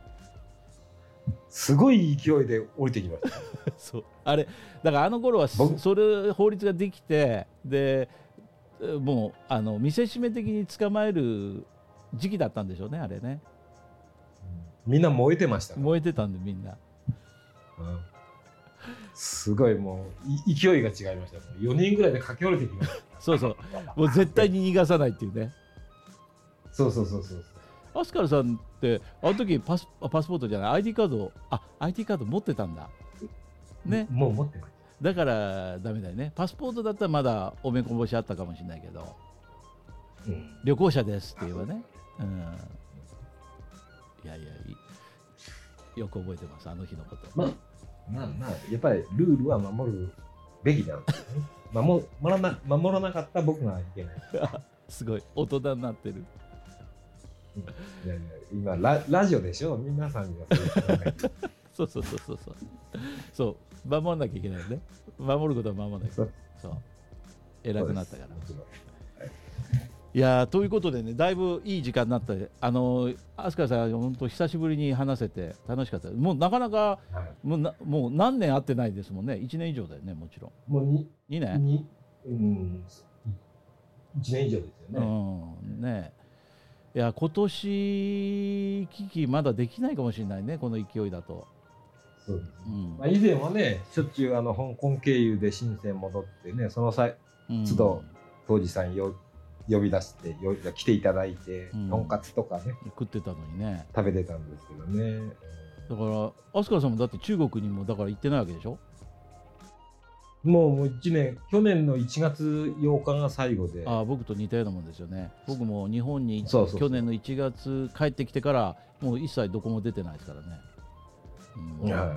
すごい勢いで降りてきました。 そうだから頃はそれ法律ができて、でもう見せしめ的に捕まえる時期だったんでしょうね、あれね。 みんな燃えてました。 燃えてたんでみんな。 すごいもう勢いが違いました。4人ぐらいで駆け下りてきました。 そうもう絶対に逃がさないっていうね。 そう。 アスカルさんって時パスポートじゃない ID カード、ID カード持ってたんだね。 もう持ってます。 だからダメだよね。パスポートだったらまだおめこぼしあったかもしれないけど、旅行者ですって言えばね。いやよく覚えてます、あの日のこと。 まあやっぱりルールは守るべきなんですよね。守らなかった僕がいけない。 すごい大人になってる。 今ラジオでしょ、皆さんがそう守らなきゃいけないね。守ることは守らない。そう偉くなったから。 いやということでね、だいぶいい時間になった。飛鳥さん本当久しぶりに話せて楽しかった。もうなかなか、 はい、 もう何年会ってないですもんね。1年以上だよね、もちろん。 もう 2年 1年以上ですよね。 ね。いや今年危機まだできないかもしれないね、この勢いだと。 そうです、まあ、以前はねしょっちゅう香港経由で深セン戻ってね、その際都度当時さん呼び出して来ていただいて、とんかつとかね食ってたのにね、 食べてたんですけどね。 だから飛鳥さんもだって中国にもだから行ってないわけでしょ。 もう1年、去年の1月8日が最後で。 僕と似たようなもんですよね。僕も日本に去年の1月帰ってきてからもう一切どこも出てないですからね。 はい、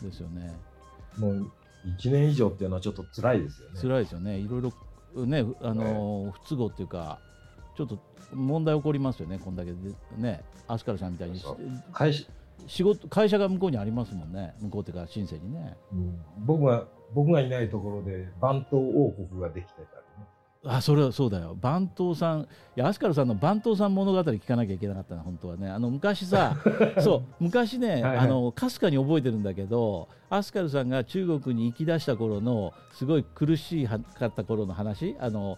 ですよね。 もう1年以上っていうのはちょっと辛いですよね。 辛いですよね。いろいろね不都合っていうかちょっと問題起こりますよね。こんだけでね、飛鳥さんみたいに会社が向こうにありますもんね。向こうっていうか深センにね。 僕がいないところで番頭王国ができてたりね。 それはそうだよ。番頭さん、いや飛鳥さんの番頭さん物語聞かなきゃいけなかったな本当はね。昔さそう昔ねかすかに覚えてるんだけど、飛鳥さんが中国に行き出した頃のすごい苦しかった頃の話、中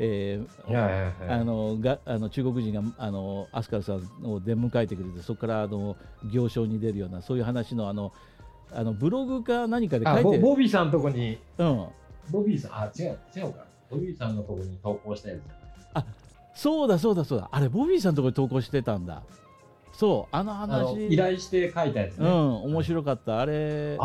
国人が飛鳥さんを出迎えてくれて、そこから行商に出るようなそういう話のブログか何かで書いて、 ボビーさんのとこに、ボビーさん違うか、ボビーさんのとこに投稿したやつ。 そうだあれボビーさんのとこに投稿してたんだ。そう話依頼して書いたやつね。 面白かった。あれ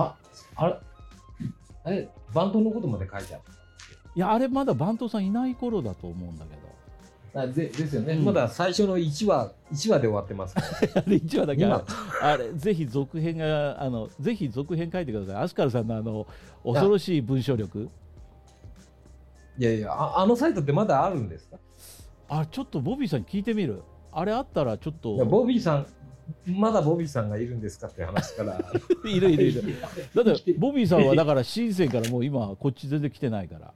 番頭のことまで書いてある。 いやあれまだ番頭さんいない頃だと思うんだけど。 ですよね、まだ最初の1話で終わってますから、 あれ1話だけあれぜひ続編ぜひ続編書いてください。飛鳥さんの恐ろしい文章力。 いやサイトってまだあるんですか。 ちょっとボビーさんに聞いてみる。あれあったらちょっと。 ボビーさんまだボビーさんがいるんですかって話からいるだってボビーさんはだから深センからもう今こっち全然来てないから。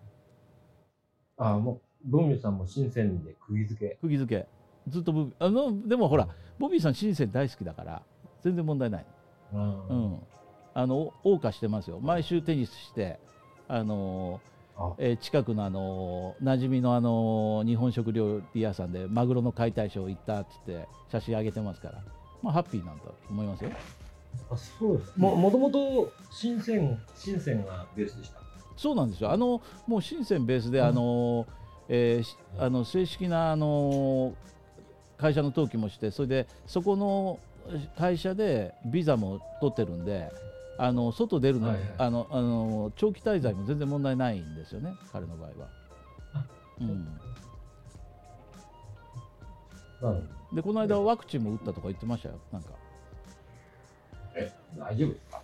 もうボビーさんも深センで釘付けずっとでもほらボビーさん深セン大好きだから全然問題ない。謳歌してますよ。毎週テニスして近くの馴染みの日本食料理屋さんでマグロの解体ショー行ったって言って写真上げてますから、ハッピーなんだと思いますよ。 そうです。もともと深センがベースでした。 そうなんですよ。もう深センベースで正式な会社の登記もして、それでそこの会社でビザも取ってるんで、外出るの、長期滞在も全然問題ないんですよね、彼の場合は。でこの間ワクチンも打ったとか言ってましたよ。なんか大丈夫ですか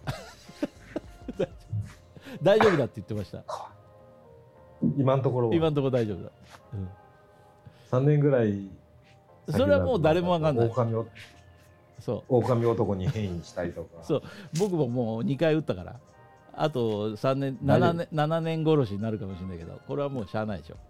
大丈夫だって言ってました。 今のところ大丈夫だ、 3年ぐらい。 それはもう誰もわかんない。 狼男に変異したりとか。 そう僕ももう2回打ったから、あと3年7年殺しになるかもしれないけど、これはもうしゃあないでしょ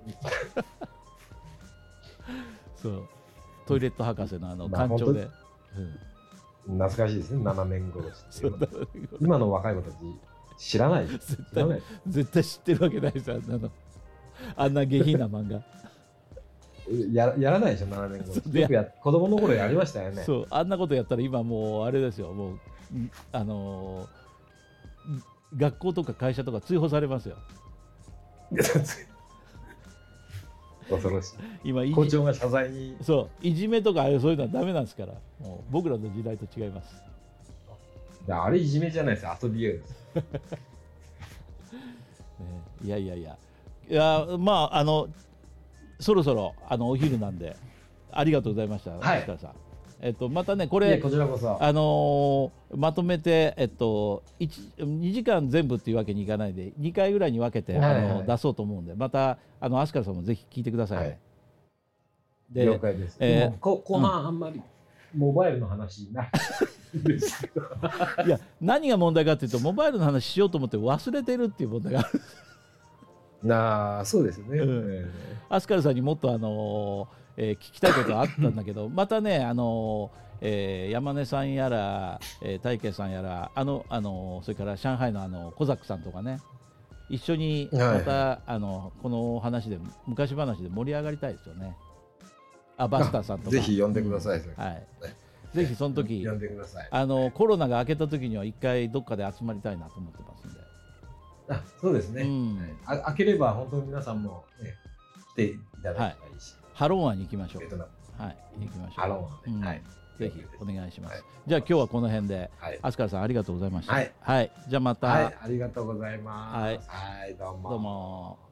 そうトイレット博士の館長で、 懐かしいですね、7年殺しって。今の若い子たち知らない。 絶対知ってるわけないですよ、あんな下品な漫画やらないでしょ、7年後。よく子供の頃やりましたよね。 そう、あんなことやったら今もうあれですよ、もう学校とか会社とか追放されますよ。 恐ろしい。 今校長が謝罪に。 いじめとかそういうのはダメなんですから、もう僕らの時代と違います。 あれいじめじゃないです、遊びです。 いやそろそろお昼なんでありがとうございました、 はい、 さん。またねこれこちらこそまとめて2時間全部っていうわけにいかないで2回ぐらいに分けて出そうと思うんで、また飛鳥さんもぜひ聞いてくださいね。 で了解です。後半あんまりモバイルの話ないですけどいや何が問題かっていうと、モバイルの話しようと思って忘れてるっていう問題があるそうですね。 アスカルさんにもっと聞きたいことがあったんだけどまたね山根さんやら大慶さんやらそれから上海のコザックさんとかね一緒にまた、この話で昔話で盛り上がりたいですよね。バスターさんとかぜひ呼んでください。 はい。ぜひその時呼んでください。 コロナが明けた時には一回どっかで集まりたいなと思ってますんで。 そうですね。開ければ本当に皆さんもね来ていただきたいし、 ハロン湾に行きましょう。 はい、 行きましょう。 ハロン湾ね。はい。 ぜひお願いします。じゃあ今日はこの辺で、アスカルさんありがとうございました。はい。じゃあまた。 はい、ありがとうございます。 はい、どうも。